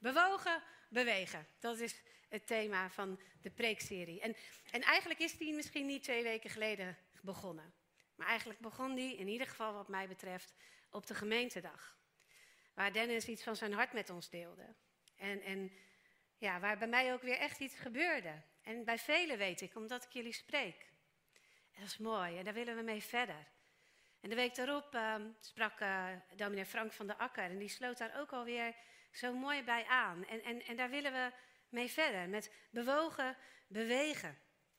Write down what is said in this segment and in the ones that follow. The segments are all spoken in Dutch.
Bewogen, bewegen. Dat is het thema van de preekserie. En eigenlijk is die misschien niet 2 weken geleden begonnen. Maar eigenlijk begon die, in ieder geval wat mij betreft, op de gemeentedag. Waar Dennis iets van zijn hart met ons deelde. En ja, waar bij mij ook weer echt iets gebeurde. En bij velen weet ik, omdat ik jullie spreek. En dat is mooi en daar willen we mee verder. En de week daarop sprak dominee Frank van der Akker. En die sloot daar ook alweer zo mooi bij aan. En daar willen we mee verder, met bewogen, bewegen.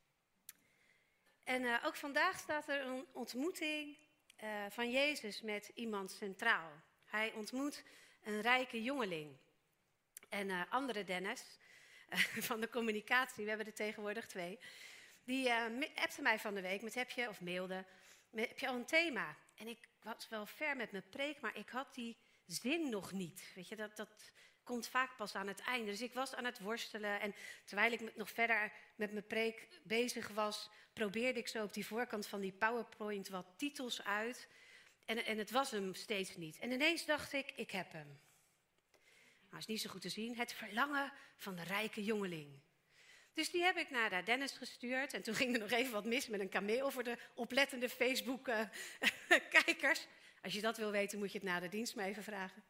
En ook vandaag staat er een ontmoeting van Jezus met iemand centraal. Hij ontmoet een rijke jongeling. En andere Dennis, van de communicatie, we hebben er tegenwoordig 2... die appte mij van de week of mailde, heb je al een thema? En ik was wel ver met mijn preek, maar ik had die zin nog niet. Weet je, dat komt vaak pas aan het einde. Dus ik was aan het worstelen en terwijl ik nog verder met mijn preek bezig was, probeerde ik zo op die voorkant van die PowerPoint wat titels uit. En het was hem steeds niet. En ineens dacht ik heb hem. Maar is niet zo goed te zien. Het verlangen van de rijke jongeling. Dus die heb ik naar Dennis gestuurd. En toen ging er nog even wat mis met een kameel voor de oplettende Facebook-kijkers. Als je dat wil weten, moet je het na de dienst maar even vragen.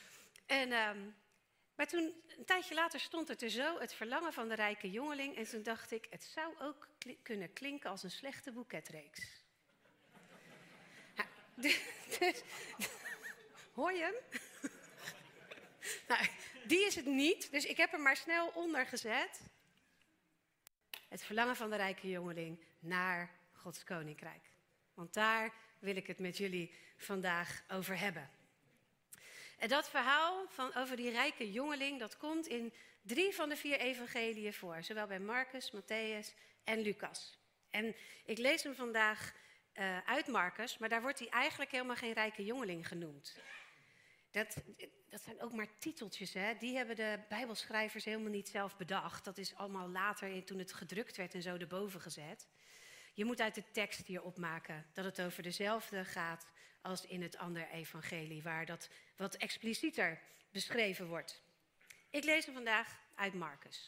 Maar toen, een tijdje later, stond het er zo, het verlangen van de rijke jongeling. En toen dacht ik, het zou ook kunnen klinken als een slechte boeketreeks. Ja, dus, hoor je hem? Nou, die is het niet, dus ik heb hem maar snel onder gezet. Het verlangen van de rijke jongeling naar Gods koninkrijk. Want daar wil ik het met jullie vandaag over hebben. En dat verhaal over die rijke jongeling, dat komt in 3 van de 4 evangeliën voor. Zowel bij Marcus, Matthäus en Lucas. En ik lees hem vandaag uit Marcus, maar daar wordt hij eigenlijk helemaal geen rijke jongeling genoemd. Dat zijn ook maar titeltjes, hè? Die hebben de Bijbelschrijvers helemaal niet zelf bedacht. Dat is allemaal later, toen het gedrukt werd en zo, erboven gezet. Je moet uit de tekst hier opmaken dat het over dezelfde gaat als in het andere evangelie, waar dat wat explicieter beschreven wordt. Ik lees hem vandaag uit Marcus.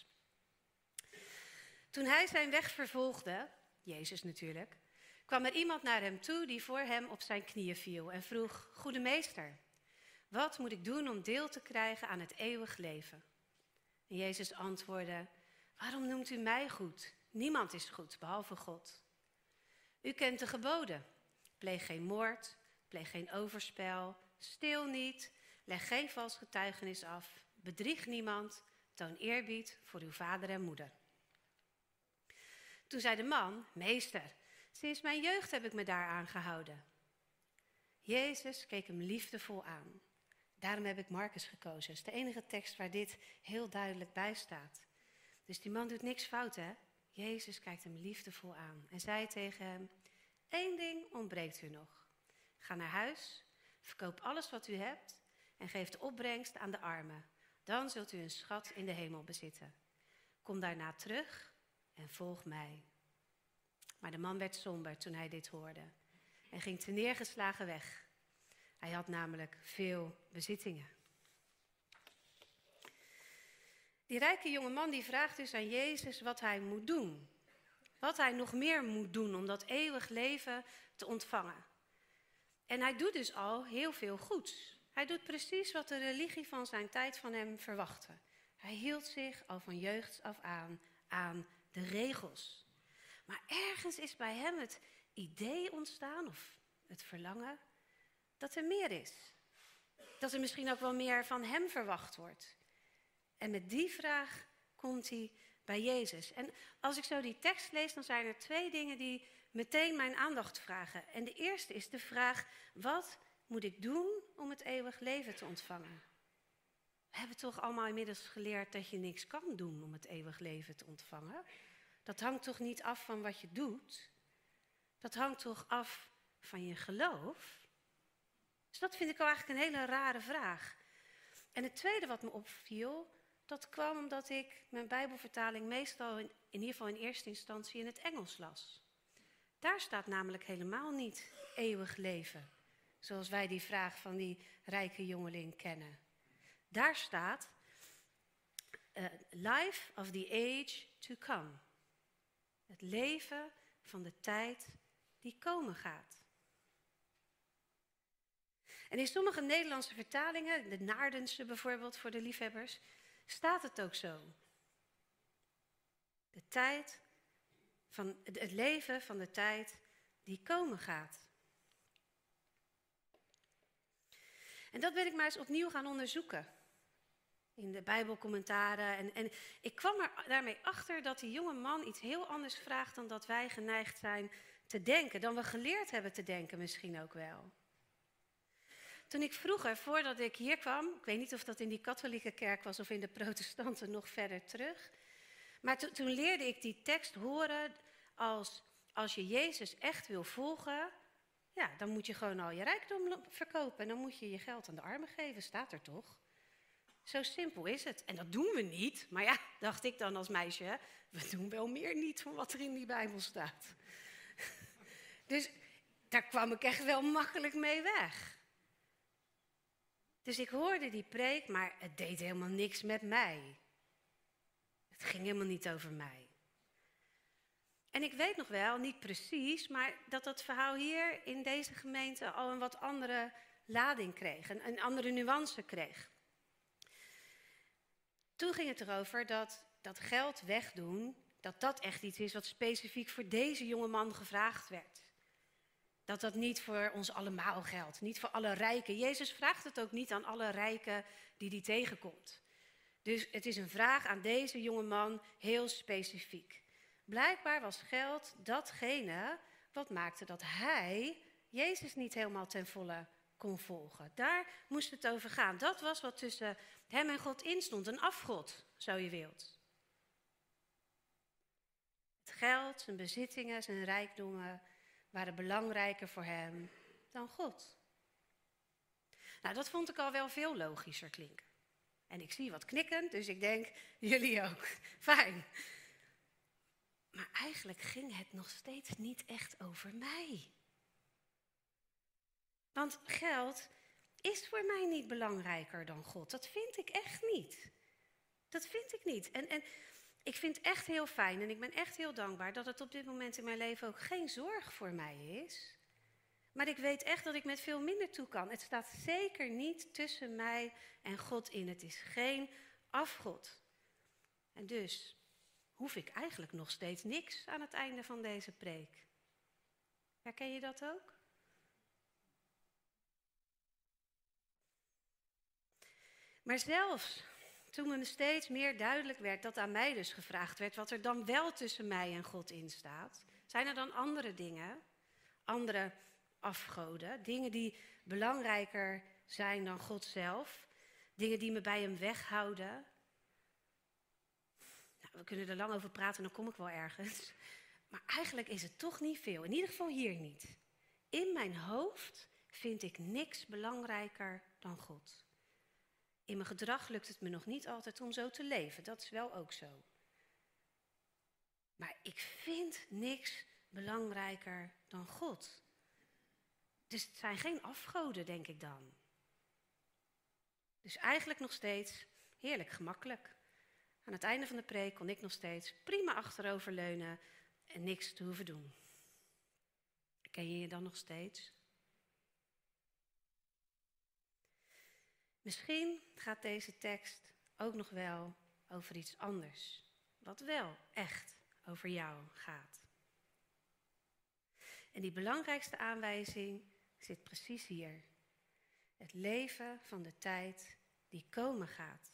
Toen hij zijn weg vervolgde, Jezus natuurlijk, kwam er iemand naar hem toe die voor hem op zijn knieën viel en vroeg: Goede meester, wat moet ik doen om deel te krijgen aan het eeuwig leven? En Jezus antwoordde: Waarom noemt u mij goed? Niemand is goed, behalve God. U kent de geboden. Pleeg geen moord, pleeg geen overspel, steel niet, leg geen vals getuigenis af, bedrieg niemand, toon eerbied voor uw vader en moeder. Toen zei de man: Meester, sinds mijn jeugd heb ik me daaraan gehouden. Jezus keek hem liefdevol aan. Daarom heb ik Marcus gekozen. Het is de enige tekst waar dit heel duidelijk bij staat. Dus die man doet niks fout, hè? Jezus kijkt hem liefdevol aan en zei tegen hem: 1 ding ontbreekt u nog. Ga naar huis, verkoop alles wat u hebt en geef de opbrengst aan de armen. Dan zult u een schat in de hemel bezitten. Kom daarna terug en volg mij. Maar de man werd somber toen hij dit hoorde en ging terneergeslagen weg. Hij had namelijk veel bezittingen. Die rijke jonge man die vraagt dus aan Jezus wat hij moet doen. Wat hij nog meer moet doen om dat eeuwig leven te ontvangen. En hij doet dus al heel veel goeds. Hij doet precies wat de religie van zijn tijd van hem verwachtte. Hij hield zich al van jeugd af aan de regels. Maar ergens is bij hem het idee ontstaan, of het verlangen, dat er meer is. Dat er misschien ook wel meer van hem verwacht wordt. En met die vraag komt hij bij Jezus. En als ik zo die tekst lees, dan zijn er 2 dingen die meteen mijn aandacht vragen. En de eerste is de vraag: wat moet ik doen om het eeuwig leven te ontvangen? We hebben toch allemaal inmiddels geleerd dat je niks kan doen om het eeuwig leven te ontvangen? Dat hangt toch niet af van wat je doet? Dat hangt toch af van je geloof? Dus dat vind ik wel eigenlijk een hele rare vraag. En het tweede wat me opviel, dat kwam omdat ik mijn Bijbelvertaling meestal, in ieder geval in eerste instantie, in het Engels las. Daar staat namelijk helemaal niet eeuwig leven, zoals wij die vraag van die rijke jongeling kennen. Daar staat: life of the age to come. Het leven van de tijd die komen gaat. En in sommige Nederlandse vertalingen, de Naardense bijvoorbeeld voor de liefhebbers, staat het ook zo. Het leven van de tijd die komen gaat. En dat ben ik maar eens opnieuw gaan onderzoeken. In de Bijbelcommentaren. En ik kwam er daarmee achter dat die jonge man iets heel anders vraagt dan dat wij geneigd zijn te denken. Dan we geleerd hebben te denken misschien ook wel. Toen ik vroeger, voordat ik hier kwam, ik weet niet of dat in die katholieke kerk was of in de protestanten nog verder terug. Maar toen leerde ik die tekst horen als je Jezus echt wil volgen, ja, dan moet je gewoon al je rijkdom verkopen. En dan moet je je geld aan de armen geven, staat er toch? Zo simpel is het. En dat doen we niet. Maar ja, dacht ik dan als meisje, we doen wel meer niet van wat er in die Bijbel staat. Dus daar kwam ik echt wel makkelijk mee weg. Dus ik hoorde die preek, maar het deed helemaal niks met mij. Het ging helemaal niet over mij. En ik weet nog wel, niet precies, maar dat dat verhaal hier in deze gemeente al een wat andere lading kreeg. Een andere nuance kreeg. Toen ging het erover dat geld wegdoen, dat echt iets is wat specifiek voor deze jonge man gevraagd werd. Dat niet voor ons allemaal geldt, niet voor alle rijken. Jezus vraagt het ook niet aan alle rijken die hij tegenkomt. Dus het is een vraag aan deze jonge man heel specifiek. Blijkbaar was geld datgene wat maakte dat hij Jezus niet helemaal ten volle kon volgen. Daar moest het over gaan. Dat was wat tussen hem en God instond. Een afgod, zo je wilt. Het geld, zijn bezittingen, zijn rijkdommen waren belangrijker voor hem dan God. Nou, dat vond ik al wel veel logischer klinken. En ik zie wat knikken, dus ik denk, jullie ook. Fijn. Maar eigenlijk ging het nog steeds niet echt over mij. Want geld is voor mij niet belangrijker dan God. Dat vind ik echt niet. Dat vind ik niet. En ik vind het echt heel fijn en ik ben echt heel dankbaar dat het op dit moment in mijn leven ook geen zorg voor mij is. Maar ik weet echt dat ik met veel minder toe kan. Het staat zeker niet tussen mij en God in. Het is geen afgod. En dus hoef ik eigenlijk nog steeds niks aan het einde van deze preek. Herken je dat ook? Maar zelfs toen me steeds meer duidelijk werd dat aan mij dus gevraagd werd wat er dan wel tussen mij en God in staat, zijn er dan andere dingen, andere afgoden, dingen die belangrijker zijn dan God zelf, dingen die me bij hem weghouden. Nou, we kunnen er lang over praten, dan kom ik wel ergens. Maar eigenlijk is het toch niet veel, in ieder geval hier niet. In mijn hoofd vind ik niks belangrijker dan God. In mijn gedrag lukt het me nog niet altijd om zo te leven, dat is wel ook zo. Maar ik vind niks belangrijker dan God. Dus het zijn geen afgoden, denk ik dan. Dus eigenlijk nog steeds heerlijk gemakkelijk. Aan het einde van de preek kon ik nog steeds prima achteroverleunen en niks te hoeven doen. Ken je je dan nog steeds? Misschien gaat deze tekst ook nog wel over iets anders. Wat wel echt over jou gaat. En die belangrijkste aanwijzing zit precies hier. Het leven van de tijd die komen gaat.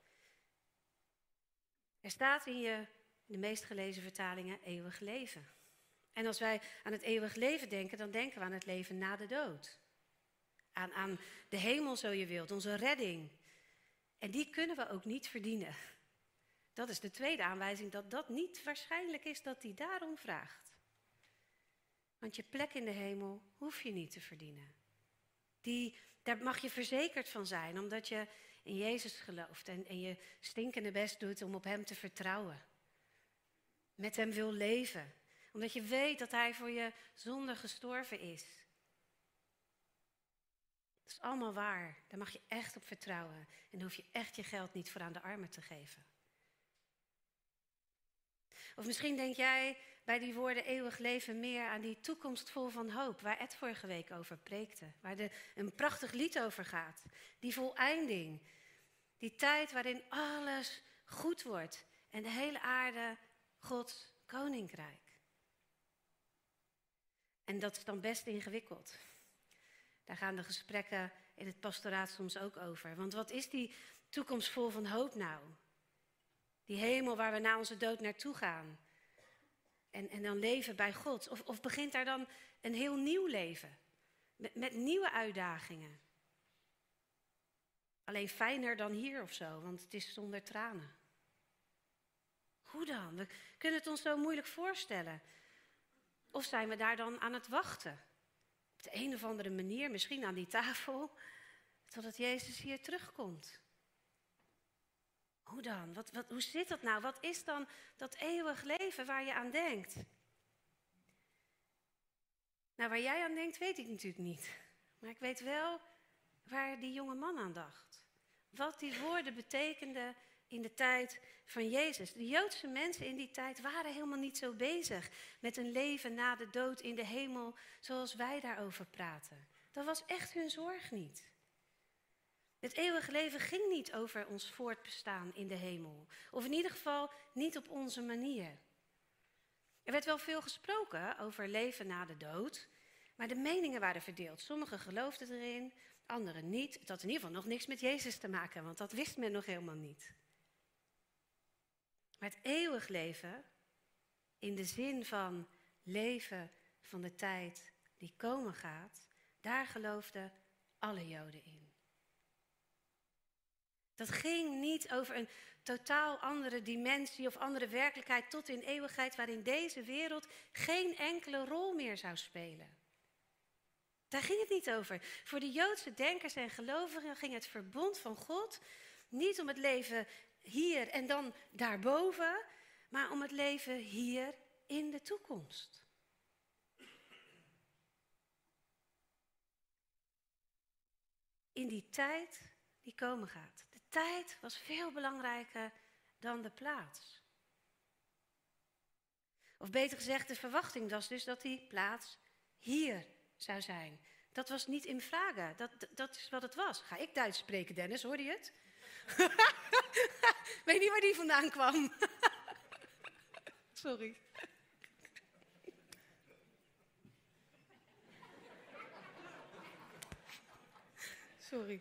Er staat in de meest gelezen vertalingen eeuwig leven. En als wij aan het eeuwig leven denken, dan denken we aan het leven na de dood. Aan de hemel, zo je wilt, onze redding. En die kunnen we ook niet verdienen. Dat is de tweede aanwijzing, dat dat niet waarschijnlijk is dat hij daarom vraagt. Want je plek in de hemel hoef je niet te verdienen. Daar mag je verzekerd van zijn, omdat je in Jezus gelooft en je stinkende best doet om op hem te vertrouwen. Met hem wil leven, omdat je weet dat hij voor je zonde gestorven is. Dat is allemaal waar, daar mag je echt op vertrouwen. En daar hoef je echt je geld niet voor aan de armen te geven. Of misschien denk jij bij die woorden eeuwig leven meer aan die toekomst vol van hoop, waar Ed vorige week over preekte. Waar een prachtig lied over gaat. Die voleinding. Die tijd waarin alles goed wordt en de hele aarde Gods koninkrijk. En dat is dan best ingewikkeld. Daar gaan de gesprekken in het pastoraat soms ook over. Want wat is die toekomst vol van hoop nou? Die hemel waar we na onze dood naartoe gaan. En dan leven bij God. Of begint daar dan een heel nieuw leven? Met nieuwe uitdagingen. Alleen fijner dan hier of zo, want het is zonder tranen. Hoe dan? We kunnen het ons zo moeilijk voorstellen. Of zijn we daar dan aan het wachten? Op de een of andere manier, misschien aan die tafel, totdat Jezus hier terugkomt. Hoe dan? Hoe zit dat nou? Wat is dan dat eeuwig leven waar je aan denkt? Nou, waar jij aan denkt, weet ik natuurlijk niet. Maar ik weet wel waar die jonge man aan dacht. Wat die woorden betekenden in de tijd van Jezus. De Joodse mensen in die tijd waren helemaal niet zo bezig met een leven na de dood in de hemel zoals wij daarover praten. Dat was echt hun zorg niet. Het eeuwige leven ging niet over ons voortbestaan in de hemel. Of in ieder geval niet op onze manier. Er werd wel veel gesproken over leven na de dood, maar de meningen waren verdeeld. Sommigen geloofden erin, anderen niet. Het had in ieder geval nog niks met Jezus te maken, want dat wist men nog helemaal niet. Maar het eeuwig leven, in de zin van leven van de tijd die komen gaat, daar geloofden alle Joden in. Dat ging niet over een totaal andere dimensie of andere werkelijkheid tot in eeuwigheid, waarin deze wereld geen enkele rol meer zou spelen. Daar ging het niet over. Voor de Joodse denkers en gelovigen ging het verbond van God niet om het leven hier en dan daarboven, maar om het leven hier in de toekomst. In die tijd die komen gaat. De tijd was veel belangrijker dan de plaats. Of beter gezegd, de verwachting was dus dat die plaats hier zou zijn. Dat was niet in vragen. Dat is wat het was. Ga ik Duits spreken, Dennis? Hoorde je het? Weet niet waar die vandaan kwam. Sorry. Sorry.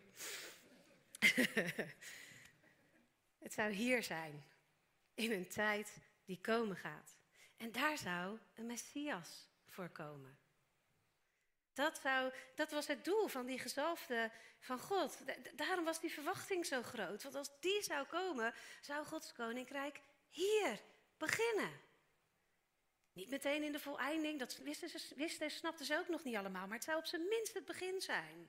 Het zou hier zijn. In een tijd die komen gaat. En daar zou een Messias voor komen. Dat was het doel van die gezalfde van God. Daarom was die verwachting zo groot. Want als die zou komen, zou Gods koninkrijk hier beginnen. Niet meteen in de voleinding, dat wisten en snapten ze ook nog niet allemaal. Maar het zou op zijn minst het begin zijn.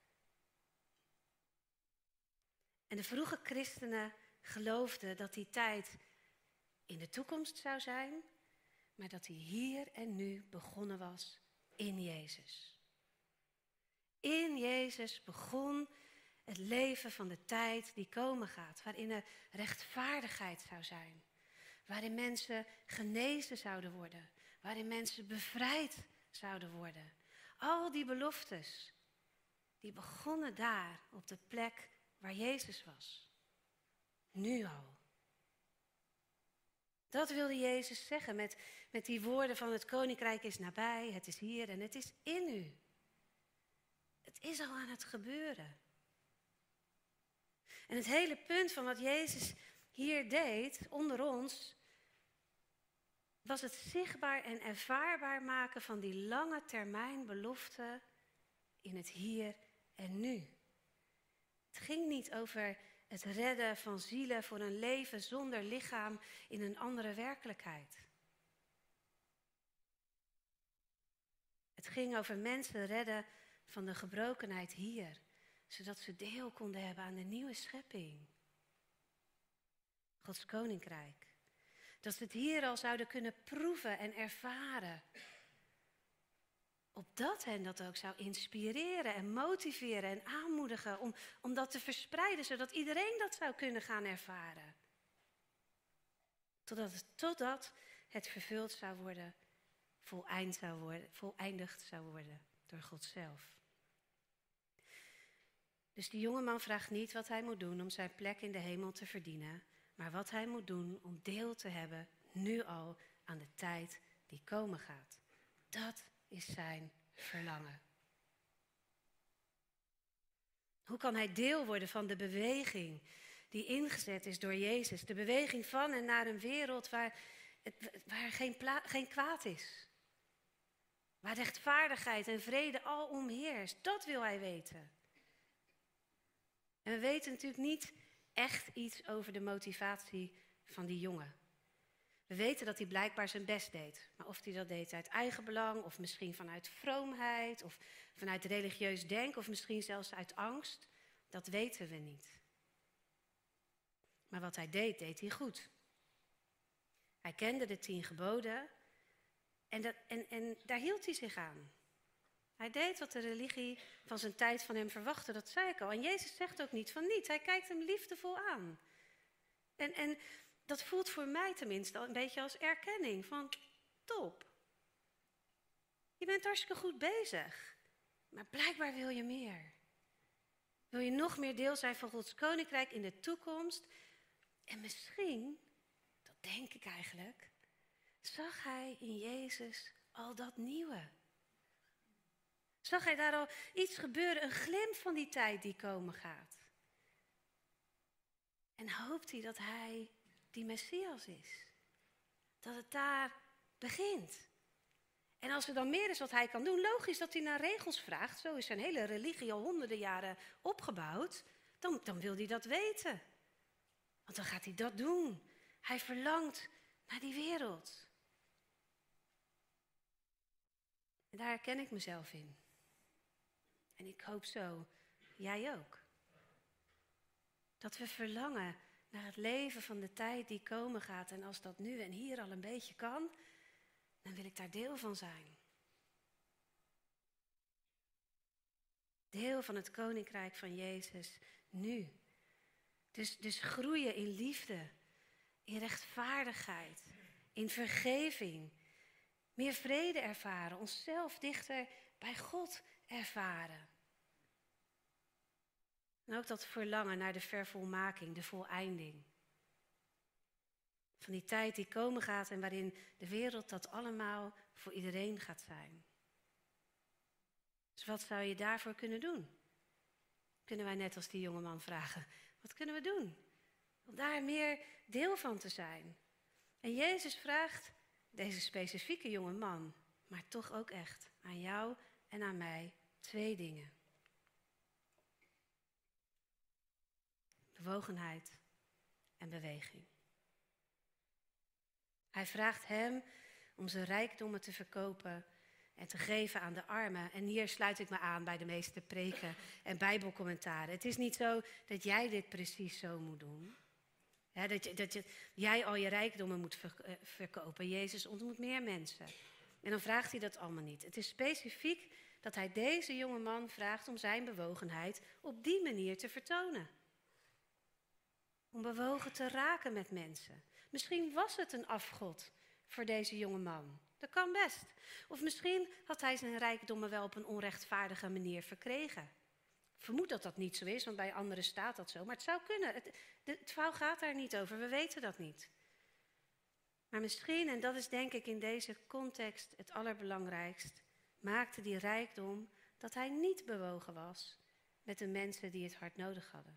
En de vroege christenen geloofden dat die tijd in de toekomst zou zijn, maar dat die hier en nu begonnen was in Jezus. In Jezus begon het leven van de tijd die komen gaat, waarin er rechtvaardigheid zou zijn, waarin mensen genezen zouden worden, waarin mensen bevrijd zouden worden. Al die beloftes, die begonnen daar op de plek waar Jezus was. Nu al. Dat wilde Jezus zeggen met die woorden van het koninkrijk is nabij, het is hier en het is in u. Het is al aan het gebeuren. En het hele punt van wat Jezus hier deed, onder ons, was het zichtbaar en ervaarbaar maken van die lange termijn belofte in het hier en nu. Het ging niet over het redden van zielen voor een leven zonder lichaam in een andere werkelijkheid. Het ging over mensen redden van de gebrokenheid hier, zodat ze deel konden hebben aan de nieuwe schepping. Gods koninkrijk. Dat ze het hier al zouden kunnen proeven en ervaren. Opdat hen dat ook zou inspireren en motiveren en aanmoedigen om dat te verspreiden, zodat iedereen dat zou kunnen gaan ervaren. Totdat het vervuld zou worden, voleindigd zou worden door God zelf. Dus die jongeman vraagt niet wat hij moet doen om zijn plek in de hemel te verdienen, maar wat hij moet doen om deel te hebben, nu al, aan de tijd die komen gaat. Dat is zijn verlangen. Hoe kan hij deel worden van de beweging die ingezet is door Jezus? De beweging van en naar een wereld waar geen kwaad is. Waar rechtvaardigheid en vrede alom heerst. Dat wil hij weten. En we weten natuurlijk niet echt iets over de motivatie van die jongen. We weten dat hij blijkbaar zijn best deed. Maar of hij dat deed uit eigen belang, of misschien vanuit vroomheid, of vanuit religieus denken, of misschien zelfs uit angst, dat weten we niet. Maar wat hij deed, deed hij goed. Hij kende de 10 geboden en daar hield hij zich aan. Hij deed wat de religie van zijn tijd van hem verwachtte, dat zei ik al. En Jezus zegt ook niet van niet, hij kijkt hem liefdevol aan. En dat voelt voor mij tenminste al een beetje als erkenning van top. Je bent hartstikke goed bezig, maar blijkbaar wil je meer. Wil je nog meer deel zijn van Gods koninkrijk in de toekomst? En misschien, dat denk ik eigenlijk, zag hij in Jezus al dat nieuwe. Zag hij daar al iets gebeuren, een glimp van die tijd die komen gaat. En hoopt hij dat hij die Messias is. Dat het daar begint. En als er dan meer is wat hij kan doen, logisch dat hij naar regels vraagt. Zo is zijn hele religie al honderden jaren opgebouwd. Dan wil hij dat weten. Want dan gaat hij dat doen. Hij verlangt naar die wereld. En daar herken ik mezelf in. En ik hoop zo, jij ook. Dat we verlangen naar het leven van de tijd die komen gaat. En als dat nu en hier al een beetje kan, dan wil ik daar deel van zijn. Deel van het koninkrijk van Jezus nu. Dus groeien in liefde, in rechtvaardigheid, in vergeving. Meer vrede ervaren, onszelf dichter bij God ervaren. En ook dat verlangen naar de vervolmaking, de voleinding. Van die tijd die komen gaat en waarin de wereld dat allemaal voor iedereen gaat zijn. Dus wat zou je daarvoor kunnen doen? Kunnen wij net als die jongeman vragen, wat kunnen we doen? Om daar meer deel van te zijn. En Jezus vraagt deze specifieke jonge man, maar toch ook echt aan jou en aan mij 2 dingen. Bewogenheid en beweging. Hij vraagt hem om zijn rijkdommen te verkopen en te geven aan de armen. En hier sluit ik me aan bij de meeste preken en bijbelcommentaren. Het is niet zo dat jij dit precies zo moet doen. Ja, dat jij al je rijkdommen moet verkopen. Jezus ontmoet meer mensen. En dan vraagt hij dat allemaal niet. Het is specifiek dat hij deze jonge man vraagt om zijn bewogenheid op die manier te vertonen. Om bewogen te raken met mensen. Misschien was het een afgod voor deze jonge man. Dat kan best. Of misschien had hij zijn rijkdommen wel op een onrechtvaardige manier verkregen. Ik vermoed dat dat niet zo is, want bij anderen staat dat zo. Maar het zou kunnen. Het verhaal gaat daar niet over. We weten dat niet. Maar misschien, en dat is denk ik in deze context het allerbelangrijkst, maakte die rijkdom dat hij niet bewogen was met de mensen die het hard nodig hadden.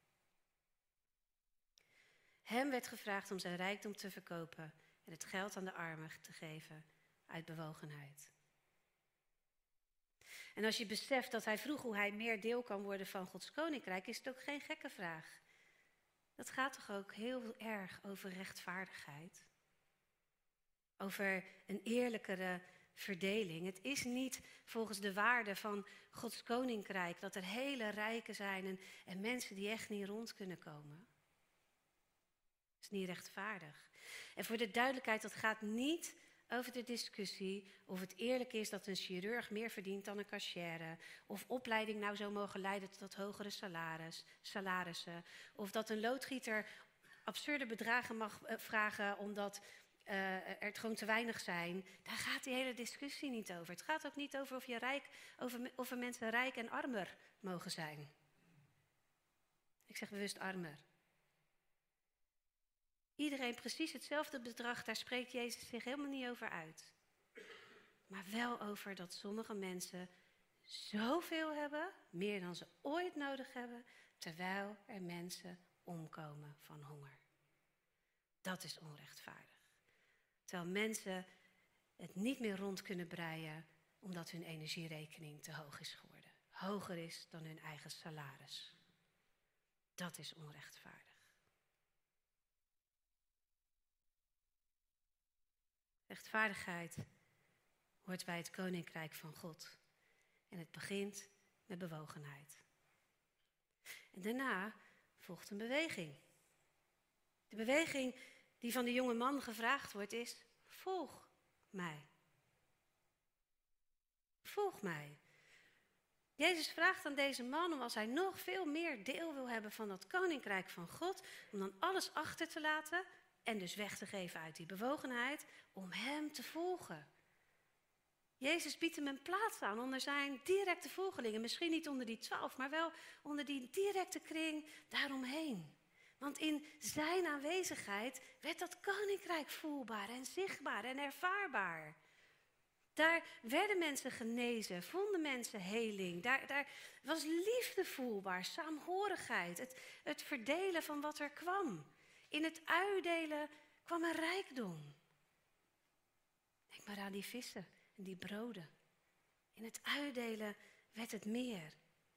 Hem werd gevraagd om zijn rijkdom te verkopen en het geld aan de armen te geven uit bewogenheid. En als je beseft dat hij vroeg hoe hij meer deel kan worden van Gods koninkrijk, is het ook geen gekke vraag. Dat gaat toch ook heel erg over rechtvaardigheid. Over een eerlijkere verdeling. Het is niet volgens de waarde van Gods koninkrijk dat er hele rijken zijn en mensen die echt niet rond kunnen komen. Dat is niet rechtvaardig. En voor de duidelijkheid, dat gaat niet over de discussie of het eerlijk is dat een chirurg meer verdient dan een cashier. Of opleiding nou zou mogen leiden tot hogere salarissen. Of dat een loodgieter absurde bedragen mag vragen omdat er gewoon te weinig zijn. Daar gaat die hele discussie niet over. Het gaat ook niet over of er mensen rijk en armer mogen zijn. Ik zeg bewust armer. Iedereen precies hetzelfde bedrag, daar spreekt Jezus zich helemaal niet over uit. Maar wel over dat sommige mensen zoveel hebben, meer dan ze ooit nodig hebben, terwijl er mensen omkomen van honger. Dat is onrechtvaardig. Terwijl mensen het niet meer rond kunnen breien omdat hun energierekening te hoog is geworden. Hoger is dan hun eigen salaris. Dat is onrechtvaardig. Rechtvaardigheid hoort bij het koninkrijk van God. En het begint met bewogenheid. En daarna volgt een beweging. De beweging die van de jonge man gevraagd wordt is: volg mij. Volg mij. Jezus vraagt aan deze man om, als hij nog veel meer deel wil hebben van dat koninkrijk van God, om dan alles achter te laten en dus weg te geven uit die bewogenheid, om hem te volgen. Jezus biedt hem een plaats aan onder zijn directe volgelingen. Misschien niet onder die 12, maar wel onder die directe kring daaromheen. Want in zijn aanwezigheid werd dat koninkrijk voelbaar en zichtbaar en ervaarbaar. Daar werden mensen genezen, vonden mensen heling. Daar was liefde voelbaar, saamhorigheid, het verdelen van wat er kwam. In het uitdelen kwam er rijkdom. Denk maar aan die vissen en die broden. In het uitdelen werd het meer.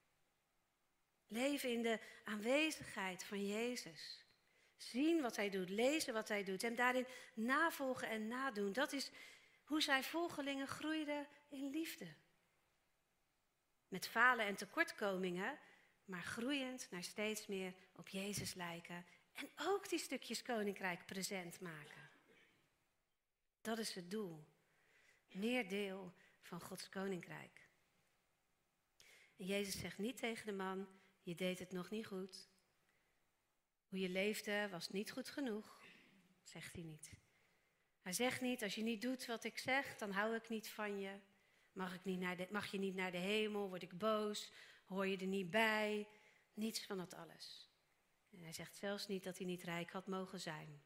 Leven in de aanwezigheid van Jezus. Zien wat hij doet, lezen wat hij doet. Hem daarin navolgen en nadoen. Dat is hoe zijn volgelingen groeiden in liefde. Met falen en tekortkomingen, maar groeiend naar steeds meer op Jezus lijken. En ook die stukjes koninkrijk present maken. Dat is het doel. Meer deel van Gods koninkrijk. En Jezus zegt niet tegen de man: je deed het nog niet goed. Hoe je leefde was niet goed genoeg. Zegt hij niet. Hij zegt niet: als je niet doet wat ik zeg, dan hou ik niet van je. Mag je niet naar de hemel, word ik boos, hoor je er niet bij. Niets van dat alles. En hij zegt zelfs niet dat hij niet rijk had mogen zijn.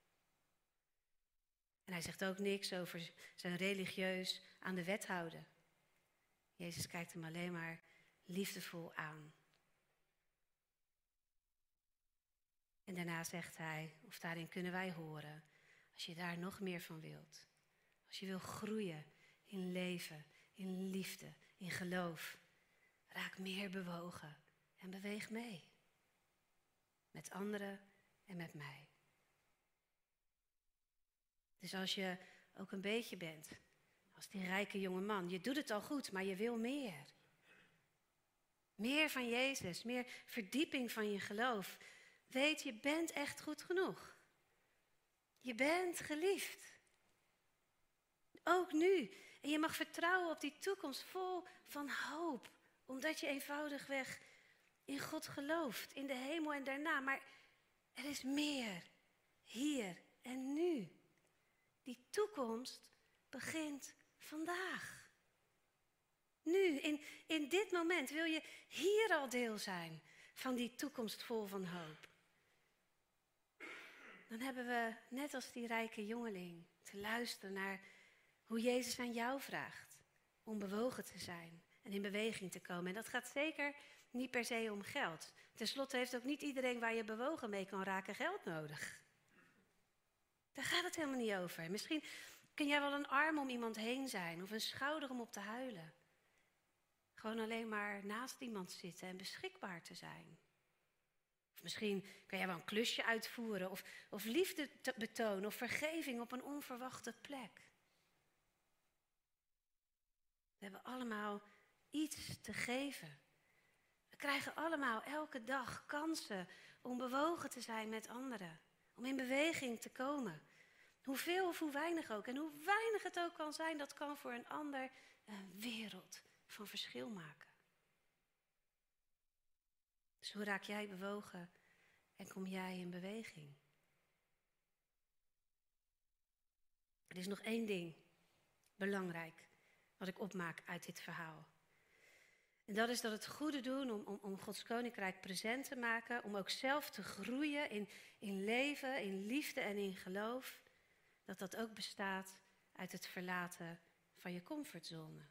En hij zegt ook niks over zijn religieus aan de wet houden. Jezus kijkt hem alleen maar liefdevol aan. En daarna zegt hij, of daarin kunnen wij horen, als je daar nog meer van wilt. Als je wil groeien in leven, in liefde, in geloof. Raak meer bewogen en beweeg mee. Met anderen en met mij. Dus als je ook een beetje bent, als die rijke jonge man, je doet het al goed, maar je wil meer. Meer van Jezus, meer verdieping van je geloof. Weet, je bent echt goed genoeg. Je bent geliefd. Ook nu. En je mag vertrouwen op die toekomst vol van hoop. Omdat je eenvoudigweg in God gelooft, in de hemel en daarna. Maar er is meer, hier en nu. Die toekomst begint vandaag. Nu, in dit moment wil je hier al deel zijn van die toekomst vol van hoop. Dan hebben we, net als die rijke jongeling, te luisteren naar hoe Jezus aan jou vraagt om bewogen te zijn en in beweging te komen. En dat gaat zeker niet per se om geld. Ten slotte heeft ook niet iedereen waar je bewogen mee kan raken geld nodig. Daar gaat het helemaal niet over. Misschien kun jij wel een arm om iemand heen zijn of een schouder om op te huilen. Gewoon alleen maar naast iemand zitten en beschikbaar te zijn. Of misschien kan jij wel een klusje uitvoeren of liefde betonen of vergeving op een onverwachte plek. We hebben allemaal iets te geven. We krijgen allemaal elke dag kansen om bewogen te zijn met anderen. Om in beweging te komen. Hoeveel of hoe weinig ook. En hoe weinig het ook kan zijn, dat kan voor een ander een wereld van verschil maken. Dus hoe raak jij bewogen en kom jij in beweging? Er is nog één ding belangrijk wat ik opmaak uit dit verhaal. En dat is dat het goede doen om Gods koninkrijk present te maken, om ook zelf te groeien in leven, in liefde en in geloof, dat ook bestaat uit het verlaten van je comfortzone.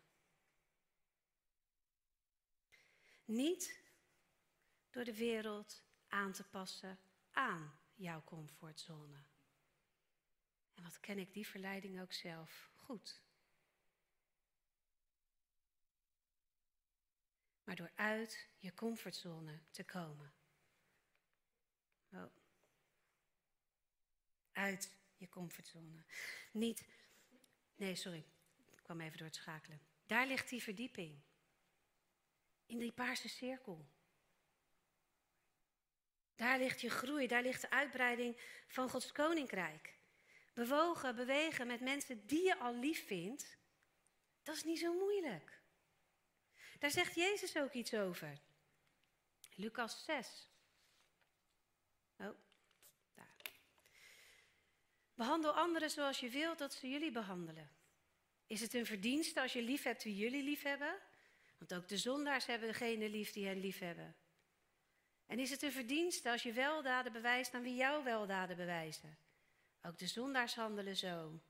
Niet door de wereld aan te passen aan jouw comfortzone. En wat ken ik die verleiding ook zelf goed. Maar door uit je comfortzone te komen. Oh. Uit je comfortzone. Ik kwam even door het schakelen. Daar ligt die verdieping. In die paarse cirkel. Daar ligt je groei, daar ligt de uitbreiding van Gods koninkrijk. Bewegen met mensen die je al lief vindt, dat is niet zo moeilijk. Daar zegt Jezus ook iets over. Lucas 6. Oh, daar. Behandel anderen zoals je wilt dat ze jullie behandelen. Is het een verdienste als je lief hebt wie jullie lief hebben? Want ook de zondaars hebben degene lief die hen lief hebben. En is het een verdienste als je weldaden bewijst aan wie jouw weldaden bewijzen? Ook de zondaars handelen zo.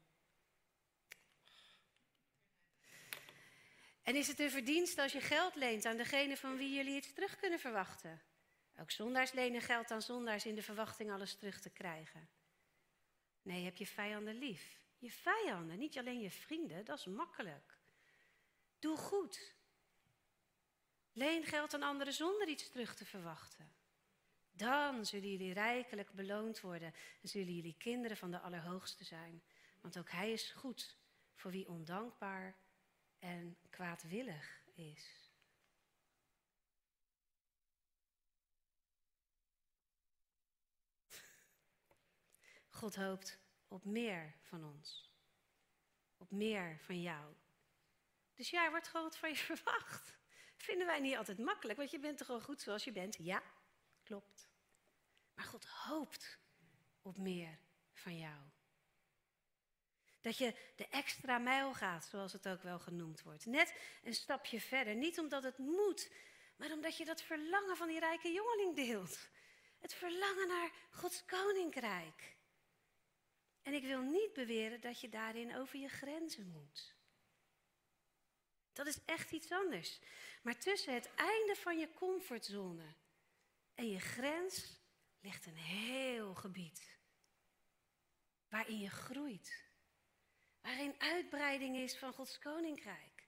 En is het een verdienste als je geld leent aan degene van wie jullie iets terug kunnen verwachten? Ook zondaars lenen geld aan zondaars in de verwachting alles terug te krijgen. Nee, heb je vijanden lief. Je vijanden, niet alleen je vrienden, dat is makkelijk. Doe goed. Leen geld aan anderen zonder iets terug te verwachten. Dan zullen jullie rijkelijk beloond worden en zullen jullie kinderen van de Allerhoogste zijn. Want ook Hij is goed voor wie ondankbaar en kwaadwillig is. God hoopt op meer van ons. Op meer van jou. Dus ja, er wordt gewoon wat van je verwacht. Vinden wij niet altijd makkelijk, want je bent toch gewoon goed zoals je bent? Ja, klopt. Maar God hoopt op meer van jou. Dat je de extra mijl gaat, zoals het ook wel genoemd wordt. Net een stapje verder. Niet omdat het moet, maar omdat je dat verlangen van die rijke jongeling deelt. Het verlangen naar Gods koninkrijk. En ik wil niet beweren dat je daarin over je grenzen moet. Dat is echt iets anders. Maar tussen het einde van je comfortzone en je grens ligt een heel gebied. Waarin je groeit. Waarin uitbreiding is van Gods koninkrijk.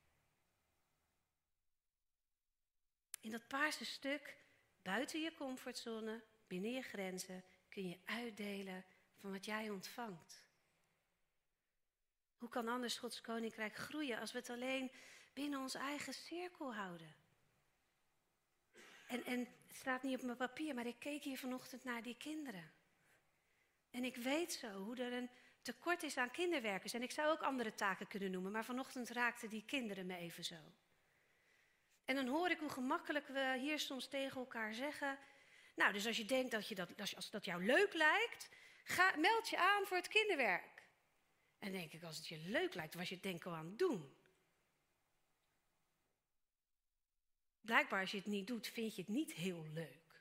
In dat paarse stuk, buiten je comfortzone, binnen je grenzen, kun je uitdelen van wat jij ontvangt. Hoe kan anders Gods koninkrijk groeien als we het alleen binnen ons eigen cirkel houden? En het staat niet op mijn papier, maar ik keek hier vanochtend naar die kinderen. En ik weet zo hoe er een tekort is aan kinderwerkers. En ik zou ook andere taken kunnen noemen, maar vanochtend raakten die kinderen me even zo. En dan hoor ik hoe gemakkelijk we hier soms tegen elkaar zeggen. Nou, dus als je denkt als dat jou leuk lijkt, meld je aan voor het kinderwerk. En dan denk ik, als het je leuk lijkt, was je het denk ik al aan het doen. Blijkbaar als je het niet doet, vind je het niet heel leuk.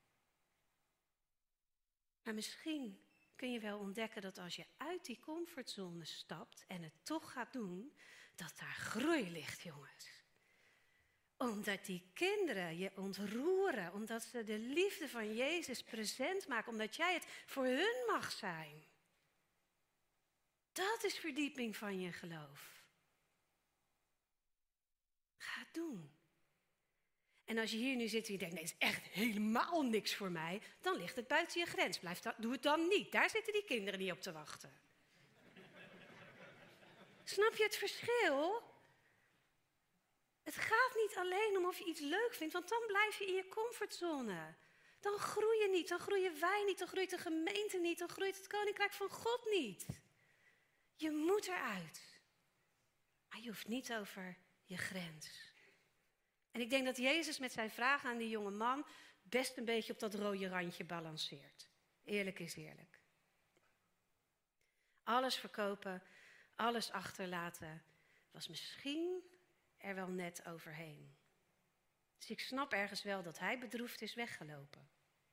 Maar misschien kun je wel ontdekken dat als je uit die comfortzone stapt en het toch gaat doen, dat daar groei ligt, jongens. Omdat die kinderen je ontroeren, omdat ze de liefde van Jezus present maken, omdat jij het voor hun mag zijn. Dat is verdieping van je geloof. Ga het doen. En als je hier nu zit en je denkt, nee, het is echt helemaal niks voor mij, dan ligt het buiten je grens. Doe het dan niet. Daar zitten die kinderen niet op te wachten. Snap je het verschil? Het gaat niet alleen om of je iets leuk vindt, want dan blijf je in je comfortzone. Dan groei je niet, dan groeien wij niet, dan groeit de gemeente niet, dan groeit het koninkrijk van God niet. Je moet eruit. Maar je hoeft niet over je grens. En ik denk dat Jezus met zijn vraag aan die jonge man best een beetje op dat rode randje balanceert. Eerlijk is eerlijk. Alles verkopen, alles achterlaten, was misschien er wel net overheen. Dus ik snap ergens wel dat hij bedroefd is weggelopen.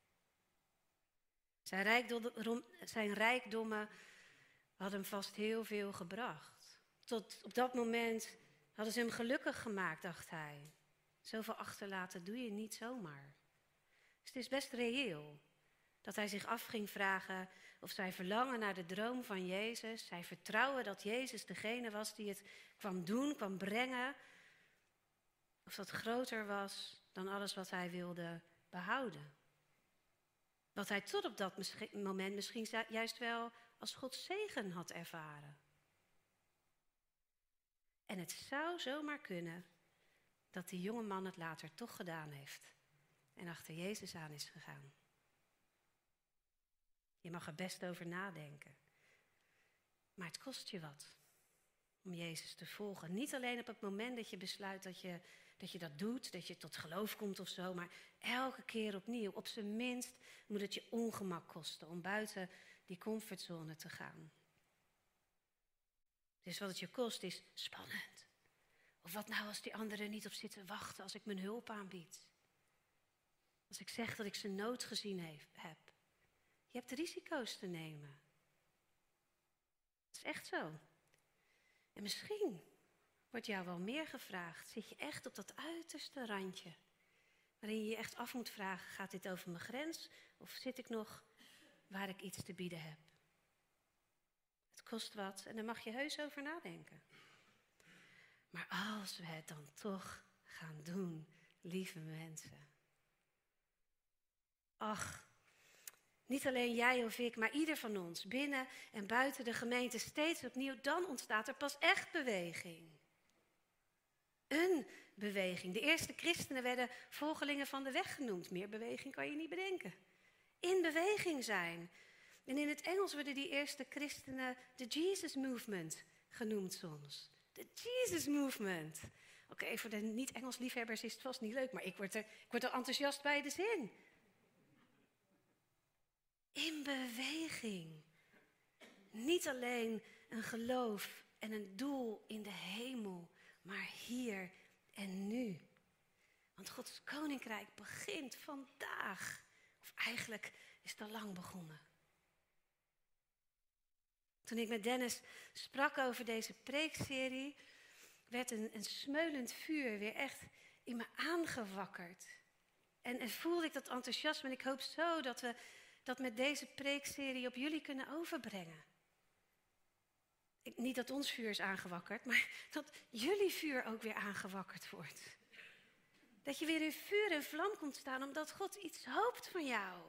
Zijn rijkdommen hadden hem vast heel veel gebracht. Tot op dat moment hadden ze hem gelukkig gemaakt, dacht hij. Zoveel achterlaten doe je niet zomaar. Dus het is best reëel dat hij zich af ging vragen of zijn verlangen naar de droom van Jezus, zijn vertrouwen dat Jezus degene was die het kwam doen, kwam brengen, of dat groter was dan alles wat hij wilde behouden. Wat hij tot op dat moment misschien juist wel als Gods zegen had ervaren. En het zou zomaar kunnen dat die jonge man het later toch gedaan heeft en achter Jezus aan is gegaan. Je mag er best over nadenken. Maar het kost je wat om Jezus te volgen. Niet alleen op het moment dat je besluit dat je dat doet, dat je tot geloof komt of zo, maar elke keer opnieuw. Op zijn minst moet het je ongemak kosten om buiten die comfortzone te gaan. Dus wat het je kost is spannend. Of wat nou als die anderen niet op zitten wachten als ik mijn hulp aanbied? Als ik zeg dat ik zijn nood gezien heb. Je hebt risico's te nemen. Dat is echt zo. En misschien wordt jou wel meer gevraagd. Zit je echt op dat uiterste randje? Waarin je je echt af moet vragen, gaat dit over mijn grens? Of zit ik nog waar ik iets te bieden heb? Het kost wat en daar mag je heus over nadenken. Maar als we het dan toch gaan doen, lieve mensen. Ach, niet alleen jij of ik, maar ieder van ons, binnen en buiten de gemeente, steeds opnieuw, dan ontstaat er pas echt beweging. Een beweging. De eerste christenen werden volgelingen van de weg genoemd. Meer beweging kan je niet bedenken. In beweging zijn. En in het Engels worden die eerste christenen de Jesus Movement genoemd soms. De Jesus Movement. Oké, voor de niet-Engels liefhebbers is het vast niet leuk, maar ik word er enthousiast bij de zin. In beweging. Niet alleen een geloof en een doel in de hemel, maar hier en nu. Want Gods koninkrijk begint vandaag. Of eigenlijk is het al lang begonnen. Toen ik met Dennis sprak over deze preekserie, werd een smeulend vuur weer echt in me aangewakkerd. En voelde ik dat enthousiasme en ik hoop zo dat we dat met deze preekserie op jullie kunnen overbrengen. Niet dat ons vuur is aangewakkerd, maar dat jullie vuur ook weer aangewakkerd wordt. Dat je weer in vuur en vlam komt staan omdat God iets hoopt van jou.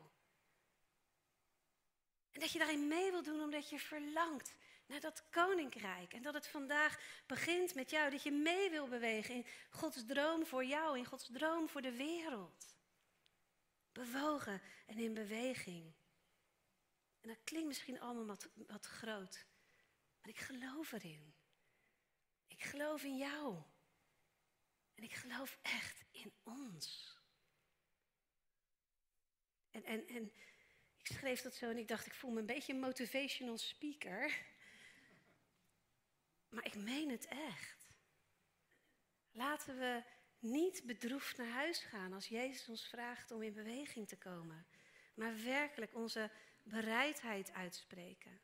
En dat je daarin mee wil doen omdat je verlangt naar dat koninkrijk. En dat het vandaag begint met jou, dat je mee wil bewegen in Gods droom voor jou, in Gods droom voor de wereld. Bewogen en in beweging. En dat klinkt misschien allemaal wat groot. Maar ik geloof erin. Ik geloof in jou. En ik geloof echt in ons. En ik schreef dat zo en ik dacht, ik voel me een beetje een motivational speaker. Maar ik meen het echt. Laten we niet bedroefd naar huis gaan als Jezus ons vraagt om in beweging te komen. Maar werkelijk onze bereidheid uitspreken.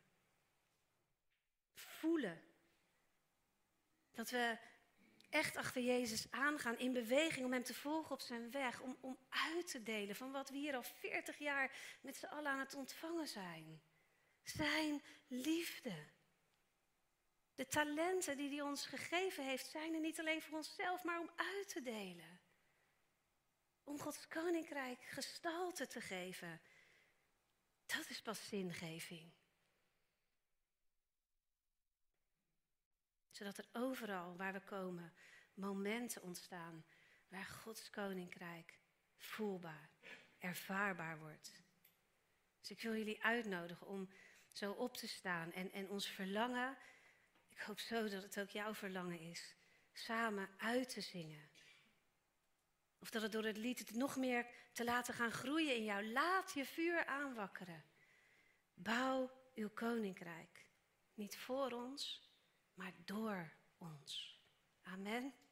Voelen. Dat we echt achter Jezus aangaan in beweging om hem te volgen op zijn weg. Om uit te delen van wat we hier al 40 jaar met z'n allen aan het ontvangen zijn. Zijn liefde. De talenten die hij ons gegeven heeft zijn er niet alleen voor onszelf, maar om uit te delen. Om Gods koninkrijk gestalte te geven. Dat is pas zingeving. Zodat er overal waar we komen momenten ontstaan waar Gods koninkrijk voelbaar, ervaarbaar wordt. Dus ik wil jullie uitnodigen om zo op te staan en ons verlangen, ik hoop zo dat het ook jouw verlangen is, samen uit te zingen. Of dat het door het lied het nog meer te laten gaan groeien in jou. Laat je vuur aanwakkeren. Bouw uw koninkrijk. Niet voor ons, maar door ons. Amen.